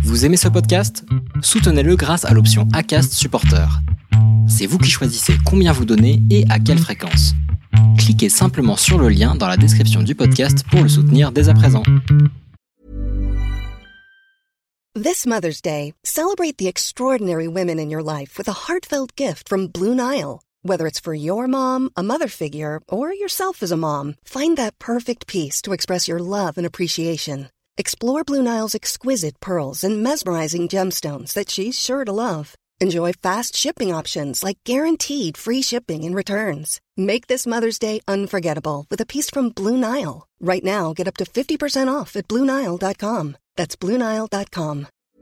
Vous aimez ce podcast ? Soutenez-le grâce à l'option Acast Supporter. C'est vous qui choisissez combien vous donnez et à quelle fréquence. Cliquez simplement sur le lien dans la description du podcast pour le soutenir dès à présent. This Mother's Day, celebrate the extraordinary women in your life with a heartfelt gift from Blue Nile. Whether it's for your mom, a mother figure, or yourself as a mom, find that perfect piece to express your love and appreciation. Explore Blue Nile's exquisite pearls and mesmerizing gemstones that she's sure to love. Enjoy fast shipping options like guaranteed free shipping and returns. Make this Mother's Day unforgettable with a piece from Blue Nile. Right now, get up to 50% off at BlueNile.com. That's BlueNile.com.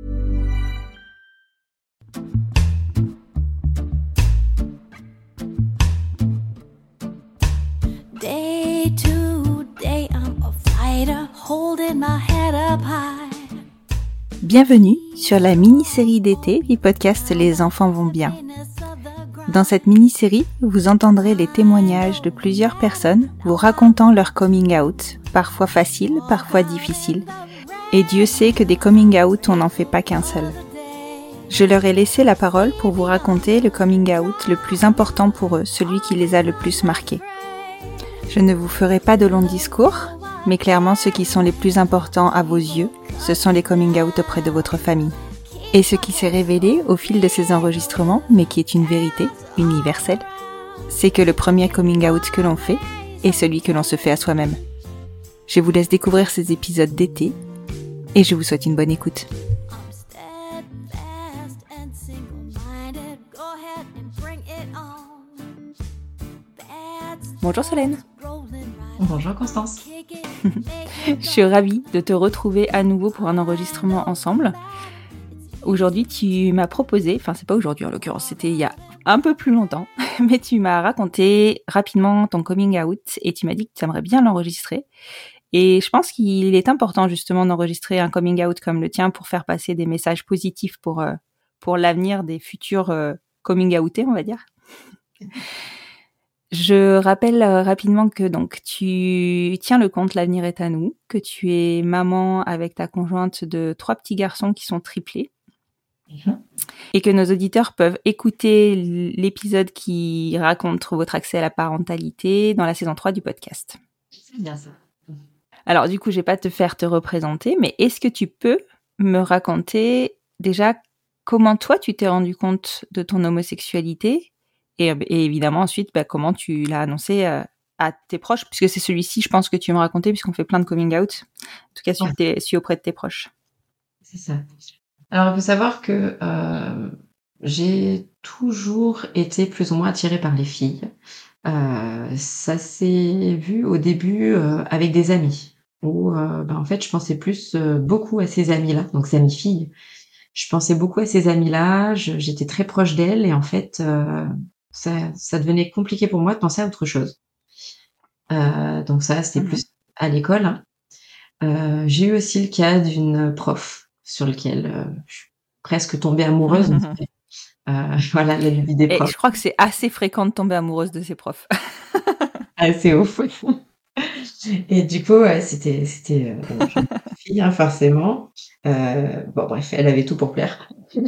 Day to day, I'm a fighter, holding my head up high. Bienvenue sur la mini-série d'été du podcast Les enfants vont bien. Dans cette mini-série, vous entendrez les témoignages de plusieurs personnes vous racontant leur coming out, parfois facile, parfois difficile. Et Dieu sait que des coming out, on n'en fait pas qu'un seul. Je leur ai laissé la parole pour vous raconter le coming out le plus important pour eux, celui qui les a le plus marqués. Je ne vous ferai pas de longs discours, mais clairement ceux qui sont les plus importants à vos yeux, ce sont les coming out auprès de votre famille. Et ce qui s'est révélé au fil de ces enregistrements, mais qui est une vérité universelle, c'est que le premier coming out que l'on fait est celui que l'on se fait à soi-même. Je vous laisse découvrir ces épisodes d'été et je vous souhaite une bonne écoute. Bonjour Solène. Bonjour Constance. Je suis ravie de te retrouver à nouveau pour un enregistrement ensemble. Aujourd'hui, tu m'as proposé, enfin c'est pas aujourd'hui en l'occurrence, c'était il y a un peu plus longtemps, mais tu m'as raconté rapidement ton coming out et tu m'as dit que tu aimerais bien l'enregistrer. Et je pense qu'il est important justement d'enregistrer un coming out comme le tien pour faire passer des messages positifs pour l'avenir des futurs coming outés, on va dire. Je rappelle rapidement que donc tu tiens le compte L'avenir est à nous, que tu es maman avec ta conjointe de 3 petits garçons qui sont triplés. Et que nos auditeurs peuvent écouter l'épisode qui raconte votre accès à la parentalité dans la saison 3 du podcast. C'est bien ça. Alors du coup, je vais pas te faire te représenter, mais est-ce que tu peux me raconter déjà comment toi tu t'es rendu compte de ton homosexualité et évidemment ensuite comment tu l'as annoncé à tes proches, puisque c'est celui-ci, je pense que tu veux me raconter, puisqu'on fait plein de coming out, en tout cas celui auprès de tes proches. C'est ça. Alors, il faut savoir que j'ai toujours été plus ou moins attirée par les filles. Ça s'est vu au début avec des amis, où en fait, je pensais plus beaucoup à ces amis-là, donc ces amis filles. Je pensais beaucoup à ces amis-là, j'étais très proche d'elles, et en fait, ça devenait compliqué pour moi de penser à autre chose. Donc ça, c'était plus à l'école. J'ai eu aussi le cas d'une prof sur lequel je suis presque tombée amoureuse. Voilà, la vie des profs. Et je crois que c'est assez fréquent de tomber amoureuse de ces profs. Assez ouf. Et du coup, c'était une fille, forcément. Bon, bref, elle avait tout pour plaire.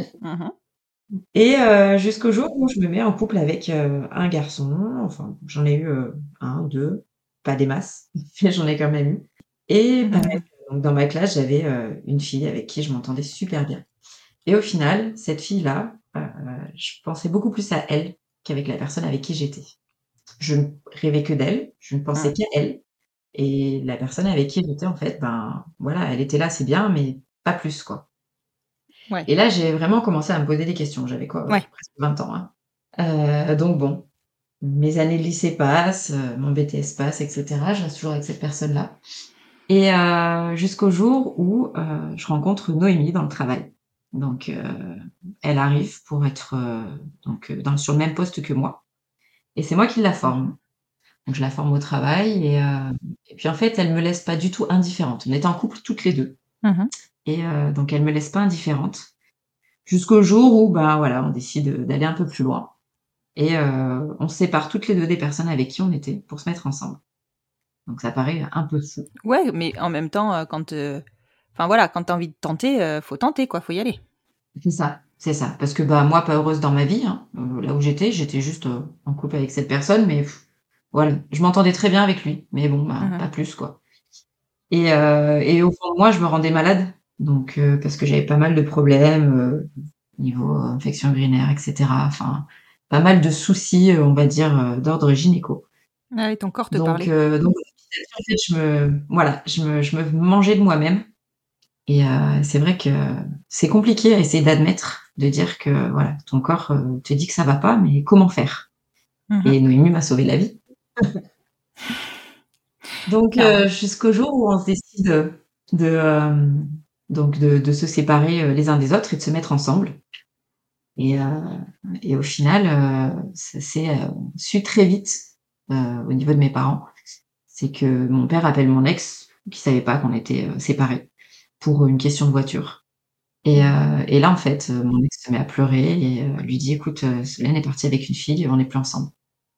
Et jusqu'au jour où je me mets en couple avec un garçon. Enfin, j'en ai eu un, deux, pas des masses, mais j'en ai quand même eu. Et pareil, donc dans ma classe, j'avais une fille avec qui je m'entendais super bien. Et au final, cette fille-là, je pensais beaucoup plus à elle qu'avec la personne avec qui j'étais. Je ne rêvais que d'elle, je ne pensais qu'à elle. Et la personne avec qui j'étais, en fait, voilà, elle était là, c'est bien, mais pas plus, quoi. Ouais. Et là, j'ai vraiment commencé à me poser des questions. J'avais presque 20 ans. Donc bon, mes années de lycée passent, mon BTS passe, etc. Je reste toujours avec cette personne-là. Et jusqu'au jour où je rencontre Noémie dans le travail. Donc, elle arrive pour être sur le même poste que moi. Et c'est moi qui la forme. Donc, je la forme au travail. Et puis, en fait, elle me laisse pas du tout indifférente. On était en couple toutes les deux. Et donc, elle me laisse pas indifférente. Jusqu'au jour où, voilà, on décide d'aller un peu plus loin. Et on se sépare toutes les deux des personnes avec qui on était pour se mettre ensemble. Donc ça paraît un peu fou. Ouais, mais en même temps, quand Enfin voilà, quand t'as envie de tenter, faut tenter, quoi, faut y aller. C'est ça. Parce que moi, pas heureuse dans ma vie, hein. Là où j'étais juste en couple avec cette personne, mais voilà, je m'entendais très bien avec lui, mais bon, pas plus, quoi. Et au fond de moi, je me rendais malade, donc parce que j'avais pas mal de problèmes niveau infection urinaire, etc. Enfin, pas mal de soucis, on va dire, d'ordre gynéco. Ah oui, ton corps te Donc, parlait. petit à petit, en fait, je me mangeais de moi-même. Et c'est vrai que c'est compliqué à essayer d'admettre, de dire que voilà, ton corps te dit que ça va pas, mais comment faire? Et Noémie m'a sauvé la vie. Donc jusqu'au jour où on se décide de se séparer les uns des autres et de se mettre ensemble. Et au final, ça s'est su très vite au niveau de mes parents. C'est que mon père appelle mon ex, qui savait pas qu'on était séparés, pour une question de voiture. Et là, en fait, mon ex se met à pleurer et lui dit: «Écoute, Solène est partie avec une fille, on n'est plus ensemble».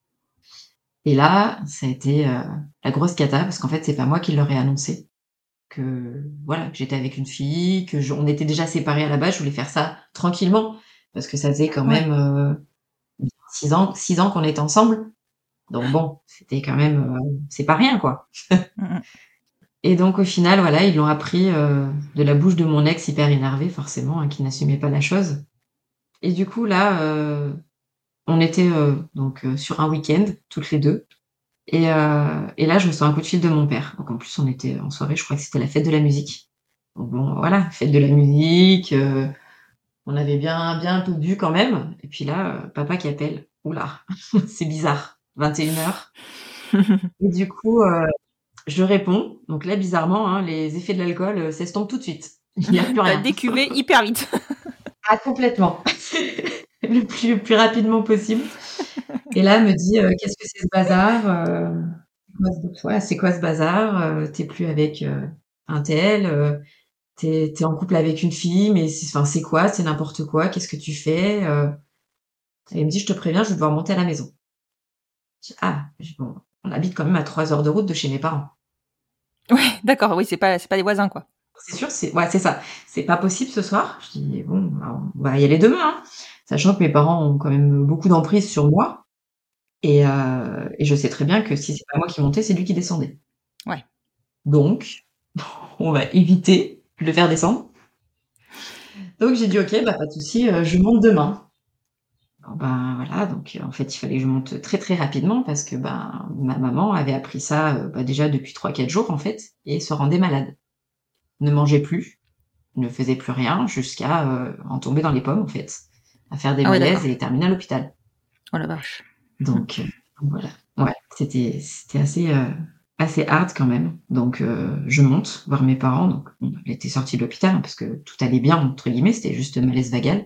Et là, ça a été la grosse cata parce qu'en fait, c'est pas moi qui leur ai annoncé que voilà, que j'étais avec une fille, on était déjà séparés à la base. Je voulais faire ça tranquillement parce que ça faisait quand même 6 ans qu'on était ensemble. Donc bon, c'était quand même c'est pas rien, quoi. Et donc au final, voilà, ils l'ont appris de la bouche de mon ex hyper énervé forcément, hein, qui n'assumait pas la chose. Et du coup là, on était donc sur un week-end toutes les deux. Et là, je reçois un coup de fil de mon père. Donc en plus, on était en soirée, je crois que c'était la fête de la musique. Donc bon, voilà, fête de la musique. On avait bien un peu bu quand même. Et puis là, papa qui appelle. Oula, c'est bizarre. 21h. Et du coup, je réponds. Donc là, bizarrement, hein, les effets de l'alcool s'estompent tout de suite. Il n'y a plus rien. T'as décuvé hyper vite. Ah, complètement. le plus rapidement possible. Et là, elle me dit qu'est-ce que c'est ce bazar? C'est quoi ce bazar? T'es plus avec un tel, t'es en couple avec une fille, mais c'est quoi? C'est n'importe quoi, qu'est-ce que tu fais? Et elle me dit: «Je te préviens, je vais devoir monter à la maison». Je dis: «Ah», bon, on habite quand même à 3 heures de route de chez mes parents. Ouais, d'accord, oui, c'est pas des voisins, quoi. C'est sûr, c'est ça. C'est pas possible ce soir. Je dis: «Bon, bah, on va y aller demain, hein». Sachant que mes parents ont quand même beaucoup d'emprise sur moi et je sais très bien que si c'est pas moi qui montais, c'est lui qui descendait. Ouais. Donc, on va éviter de le faire descendre. Donc j'ai dit: «OK, bah, pas de souci, je monte demain». Bon, ben, voilà, donc en fait, il fallait que je monte très, très rapidement parce que, ma maman avait appris ça, déjà depuis 3-4 jours, en fait, et se rendait malade. Ne mangeait plus, ne faisait plus rien jusqu'à, en tomber dans les pommes, en fait, à faire des malaises et terminer à l'hôpital. Oh la vache. Donc voilà. Ouais, c'était assez hard quand même. Donc je monte voir mes parents. Donc bon, elle était sortie de l'hôpital, hein, parce que tout allait bien entre guillemets, c'était juste malaise vagal.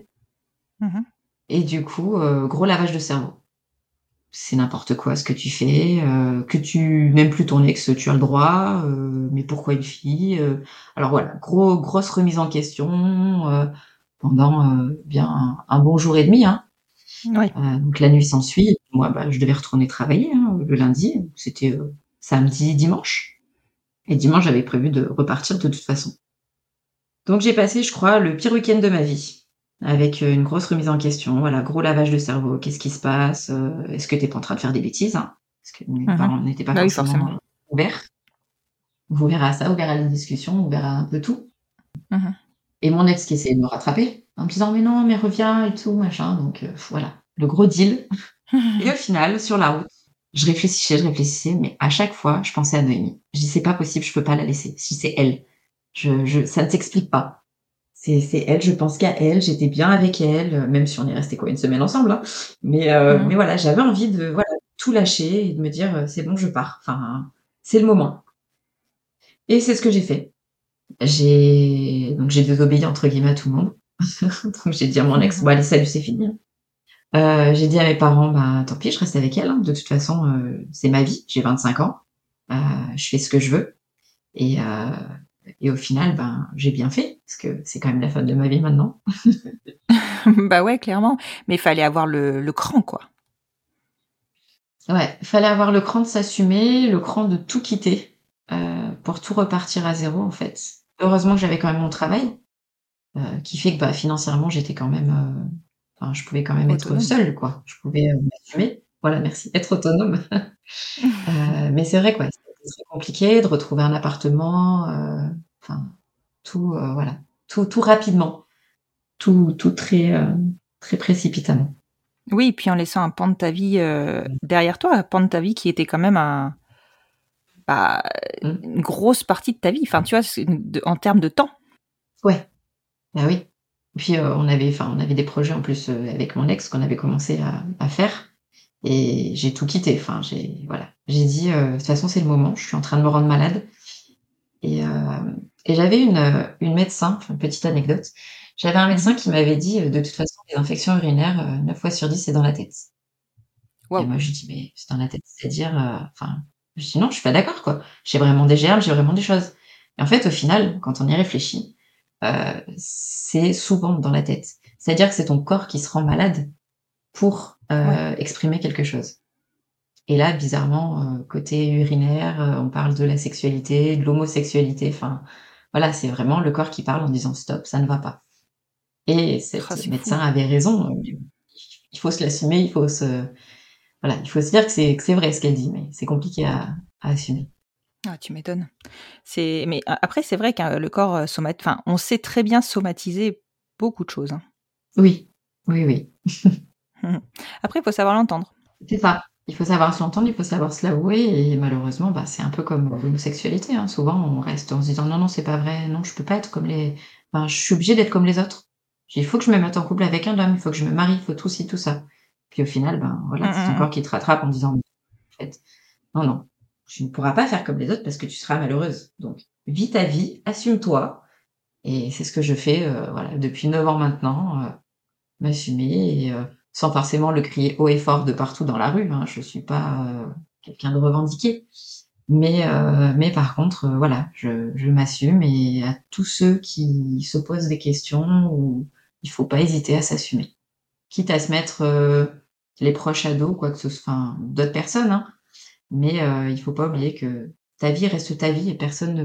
Et du coup, gros lavage de cerveau. C'est n'importe quoi ce que tu fais, que tu n'aimes plus ton ex, tu as le droit, mais pourquoi une fille? Alors voilà, grosse remise en question pendant bien un bon jour et demi, hein. Oui. Donc la nuit s'ensuit. Moi, je devais retourner travailler, hein, le lundi. C'était samedi, dimanche. Et dimanche, j'avais prévu de repartir de toute façon. Donc j'ai passé, je crois, le pire week-end de ma vie, avec une grosse remise en question. Voilà, gros lavage de cerveau. Qu'est-ce qui se passe? Est-ce que t'es pas en train de faire des bêtises, hein? Parce que mes parents n'étaient pas forcément ouverts. Ouverts à ça, ouverts à la discussion, ouverts à un peu tout. Et mon ex qui essayait de me rattraper en me disant: «Mais non, mais reviens et tout, machin». Donc voilà, le gros deal. Et au final, sur la route, je réfléchissais, mais à chaque fois, je pensais à Noémie. Je dis: «C'est pas possible, je peux pas la laisser. Si c'est elle, ça ne s'explique pas. C'est elle, je pense qu'à elle, j'étais bien avec elle, même si on est restés une semaine ensemble, hein. Mais voilà, j'avais envie de tout lâcher et de me dire: «C'est bon, je pars. Enfin, c'est le moment». Et c'est ce que j'ai fait. J'ai désobéi entre guillemets à tout le monde. Donc j'ai dit à mon ex: «Bon allez, salut, c'est fini». J'ai dit à mes parents: tant pis, je reste avec elle, hein. De toute façon, c'est ma vie, j'ai 25 ans, je fais ce que je veux». Et au final, j'ai bien fait, parce que c'est quand même la femme de ma vie maintenant. Bah ouais, clairement. Mais il fallait avoir le cran, quoi. Ouais, fallait avoir le cran de s'assumer, le cran de tout quitter, pour tout repartir à zéro, en fait. heureusement que j'avais quand même mon travail, qui fait que, financièrement, j'étais quand même, je pouvais quand même être Autonome. seule, quoi. Je pouvais, m'assumer. Voilà, merci, être autonome. Mais c'est vrai, quoi, c'était très compliqué de retrouver un appartement, enfin tout, voilà, tout rapidement, tout très, très précipitamment. Oui, puis en laissant un pan de ta vie, derrière toi, un pan de ta vie qui était quand même bah, Mmh. une grosse partie de ta vie. Enfin, tu vois, en termes de temps. Ouais, bah, oui. Et puis, on avait des projets en plus, avec mon ex qu'on avait commencé à faire et j'ai tout quitté. Enfin, j'ai dit: «De toute façon, c'est le moment, je suis en train de me rendre malade». Et j'avais une médecin, enfin, petite anecdote, j'avais un Mmh. médecin qui m'avait dit: «De toute façon, les infections urinaires, 9 fois sur 10, c'est dans la tête». Et Waouh! moi, je lui dis: «Mais c'est dans la tête, c'est-à-dire?» enfin, je dis: «Non, je suis pas d'accord, quoi. J'ai vraiment des germes, j'ai vraiment des choses». Et en fait, au final, quand on y réfléchit, c'est souvent dans la tête. C'est-à-dire que c'est ton corps qui se rend malade pour, Ouais. exprimer quelque chose. Et là, bizarrement, côté urinaire, on parle de la sexualité, de l'homosexualité, enfin, voilà, c'est vraiment le corps qui parle en disant: «Stop, ça ne va pas». Et Ah, cette c'est fou. médecin avait raison, il faut se l'assumer, il faut se dire que c'est vrai ce qu'elle dit, mais c'est compliqué à assumer. Ah, tu m'étonnes. Mais après, c'est vrai que le corps, enfin, on sait très bien somatiser beaucoup de choses, hein. Oui, oui, oui, Après, il faut savoir l'entendre. c'est ça. Il faut savoir s'entendre, il faut savoir se l'avouer et malheureusement, c'est un peu comme l'homosexualité, hein. Souvent, on reste en se disant: «Non, non, c'est pas vrai, non, je peux pas être comme les je suis obligée d'être comme les autres. Il faut que je me mette en couple avec un homme, il faut que je me marie, il faut tout ci, tout ça». Puis au final, voilà, Mmh, c'est ton mmh corps qui te rattrape en disant: «En fait, non, non, tu ne pourras pas faire comme les autres parce que tu seras malheureuse. Donc vis ta vie, assume-toi». Et c'est ce que je fais, voilà, depuis 9 ans maintenant, m'assumer et sans forcément le crier haut et fort de partout dans la rue, hein. Je suis pas, quelqu'un de revendiqué. Mais par contre, voilà, je m'assume et à tous ceux qui se posent des questions ou il faut pas hésiter à s'assumer. Quitte à se mettre, les proches à dos, quoi que ce soit, enfin d'autres personnes, hein, mais il faut pas oublier que ta vie reste ta vie et personne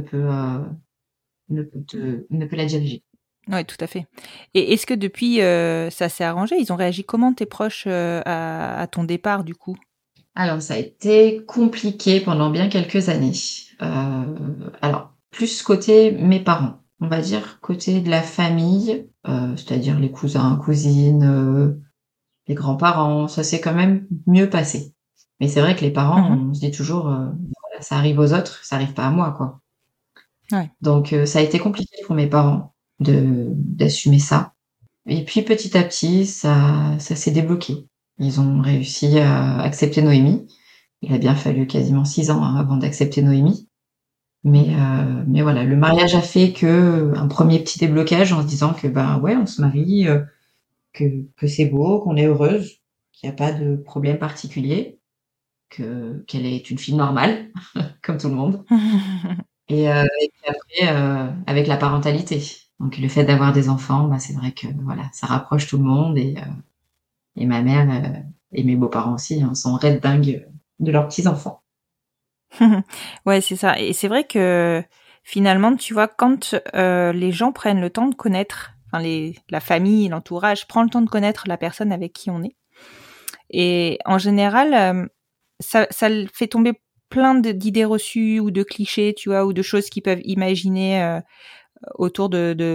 ne peut la diriger. Ouais, tout à fait. Et est-ce que depuis, ça s'est arrangé? Ils ont réagi comment tes proches, à ton départ, du coup? Alors ça a été compliqué pendant bien quelques années. Alors plus côté mes parents, on va dire côté de la famille, c'est-à-dire les cousins, cousines, les grands-parents, ça s'est quand même mieux passé. Mais c'est vrai que les parents, Mmh. on se dit toujours, voilà, ça arrive aux autres, ça arrive pas à moi, quoi. Ouais. Donc ça a été compliqué pour mes parents d'assumer ça. Et puis petit à petit, ça s'est débloqué. Ils ont réussi à accepter Noémie. Il a bien fallu quasiment 6 ans, hein, avant d'accepter Noémie. Mais voilà, le mariage a fait un premier petit déblocage en se disant que, ouais, on se marie, que c'est beau, qu'on est heureuse, qu'il y a pas de problème particulier, qu'elle est une fille normale, comme tout le monde. Et puis après, avec la parentalité. Donc le fait d'avoir des enfants, c'est vrai que voilà, ça rapproche tout le monde et ma mère, et mes beaux-parents aussi, hein, sont raides dingues, de leurs petits-enfants. Ouais, c'est ça. Et c'est vrai que finalement, tu vois, quand les gens prennent le temps de connaître, enfin la famille, l'entourage prend le temps de connaître la personne avec qui on est. Et en général, ça le fait tomber plein d'idées reçues ou de clichés, tu vois, ou de choses qu'ils peuvent imaginer autour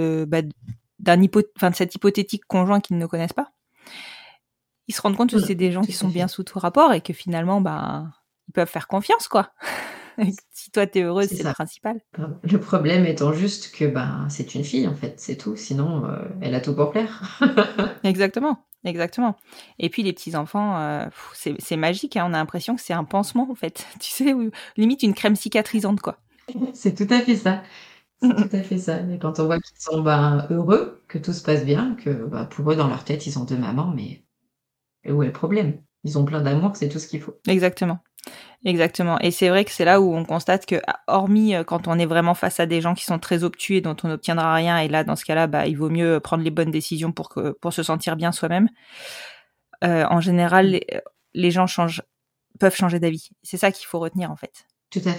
de cet hypothétique conjoint qu'ils ne connaissent pas. Ils se rendent compte que c'est des gens Tout qui à sont bien fait. sous tout rapport et que finalement, ils peuvent faire confiance, quoi. Si toi, t'es heureuse, C'est c'est le ça. principal. Le problème étant juste que, c'est une fille, en fait, c'est tout. Sinon, elle a tout pour plaire. Exactement, exactement. Et puis les petits-enfants, c'est magique, hein, on a l'impression que c'est un pansement, en fait. Tu sais, ou limite une crème cicatrisante, quoi. C'est tout à fait ça. C'est tout à fait ça. Et quand on voit qu'ils sont, heureux, que tout se passe bien, que, pour eux, dans leur tête, ils ont 2 mamans, mais où est le problème? Ils ont plein d'amour, c'est tout ce qu'il faut. Exactement, exactement. Et c'est vrai que c'est là où on constate que, hormis quand on est vraiment face à des gens qui sont très obtus et dont on n'obtiendra rien, et là, dans ce cas-là, il vaut mieux prendre les bonnes décisions pour se sentir bien soi-même. En général, Mmh. les gens peuvent changer d'avis. C'est ça qu'il faut retenir, en fait. Tout à fait.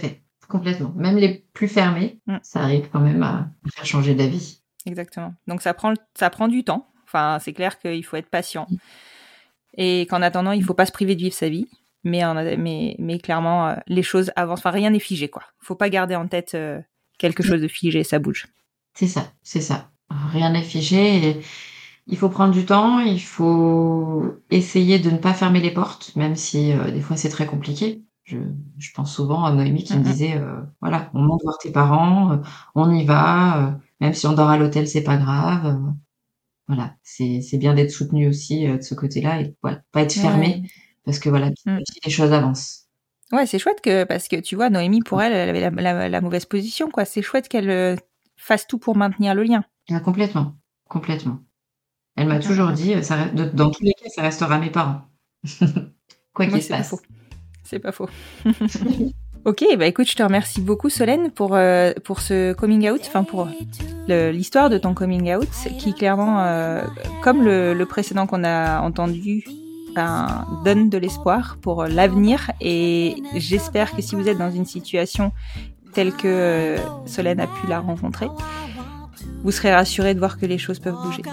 Complètement. Même les plus fermés, ça arrive quand même à faire changer d'avis. Exactement. Donc ça prend du temps. Enfin, c'est clair qu'il faut être patient. Et qu'en attendant, il ne faut pas se priver de vivre sa vie. Mais clairement, les choses avancent. Enfin, rien n'est figé, quoi. Il ne faut pas garder en tête quelque chose de figé, ça bouge. C'est ça. Rien n'est figé. Et il faut prendre du temps. Il faut essayer de ne pas fermer les portes, même si des fois c'est très compliqué. Je pense souvent à Noémie qui me disait, voilà, on monte voir tes parents, on y va, même si on dort à l'hôtel, c'est pas grave. Voilà, c'est bien d'être soutenu aussi de ce côté-là et voilà, pas être fermé parce que voilà, petit à petit, les choses avancent. Ouais, c'est chouette parce que tu vois, Noémie, pour elle avait la mauvaise position, quoi. C'est chouette qu'elle fasse tout pour maintenir le lien. Complètement. Elle m'a toujours dit, dans tous les cas, ça restera mes parents. Quoi qu'il se passe. C'est pas faux. Ok, bah écoute, je te remercie beaucoup Solène pour ce coming out, enfin pour l'histoire de ton coming out, qui clairement, comme le précédent qu'on a entendu, donne de l'espoir pour l'avenir. Et j'espère que si vous êtes dans une situation telle que Solène a pu la rencontrer, vous serez rassurés de voir que les choses peuvent bouger.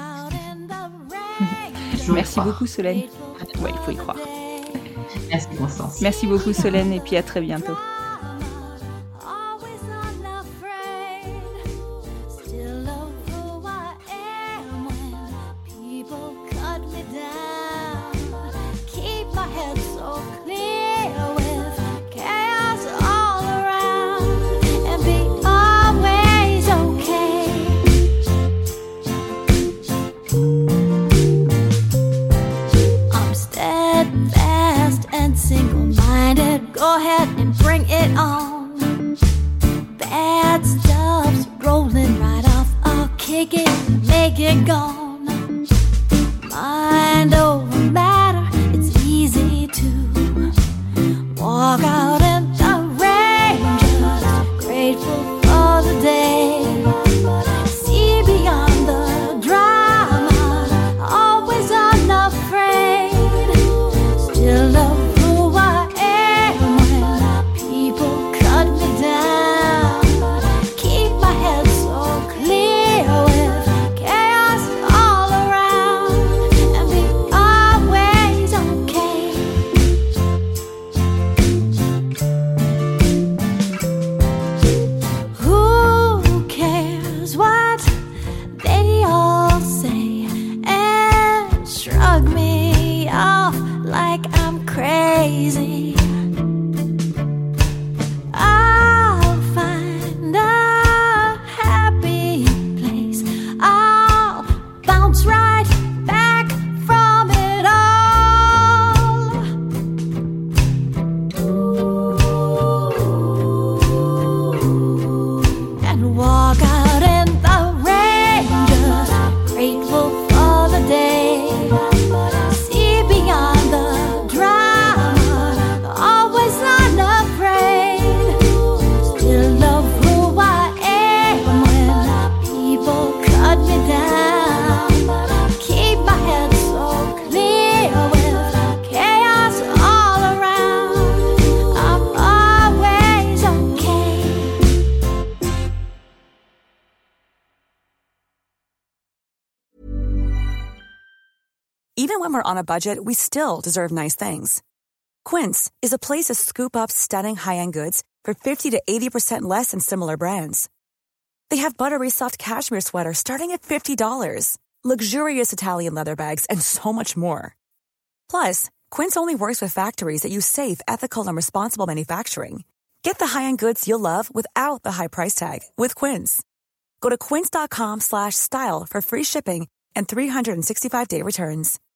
Merci beaucoup Solène. Ouais, il faut y croire. Merci Constance. Merci beaucoup Solène et puis à très bientôt. Go ahead and bring it on. Bad stuff's rolling right off. I'll kick it, make it gone. Mind over matter, it's easy to walk out in the rain. Just grateful for the day. See beyond the drama, always unafraid. Still love. Even when we're on a budget, we still deserve nice things. Quince is a place to scoop up stunning high-end goods for 50 to 80% less than similar brands. They have buttery soft cashmere sweaters starting at $50, luxurious Italian leather bags, and so much more. Plus, Quince only works with factories that use safe, ethical, and responsible manufacturing. Get the high-end goods you'll love without the high price tag with Quince. Go to quince.com/style for free shipping and 365-day returns.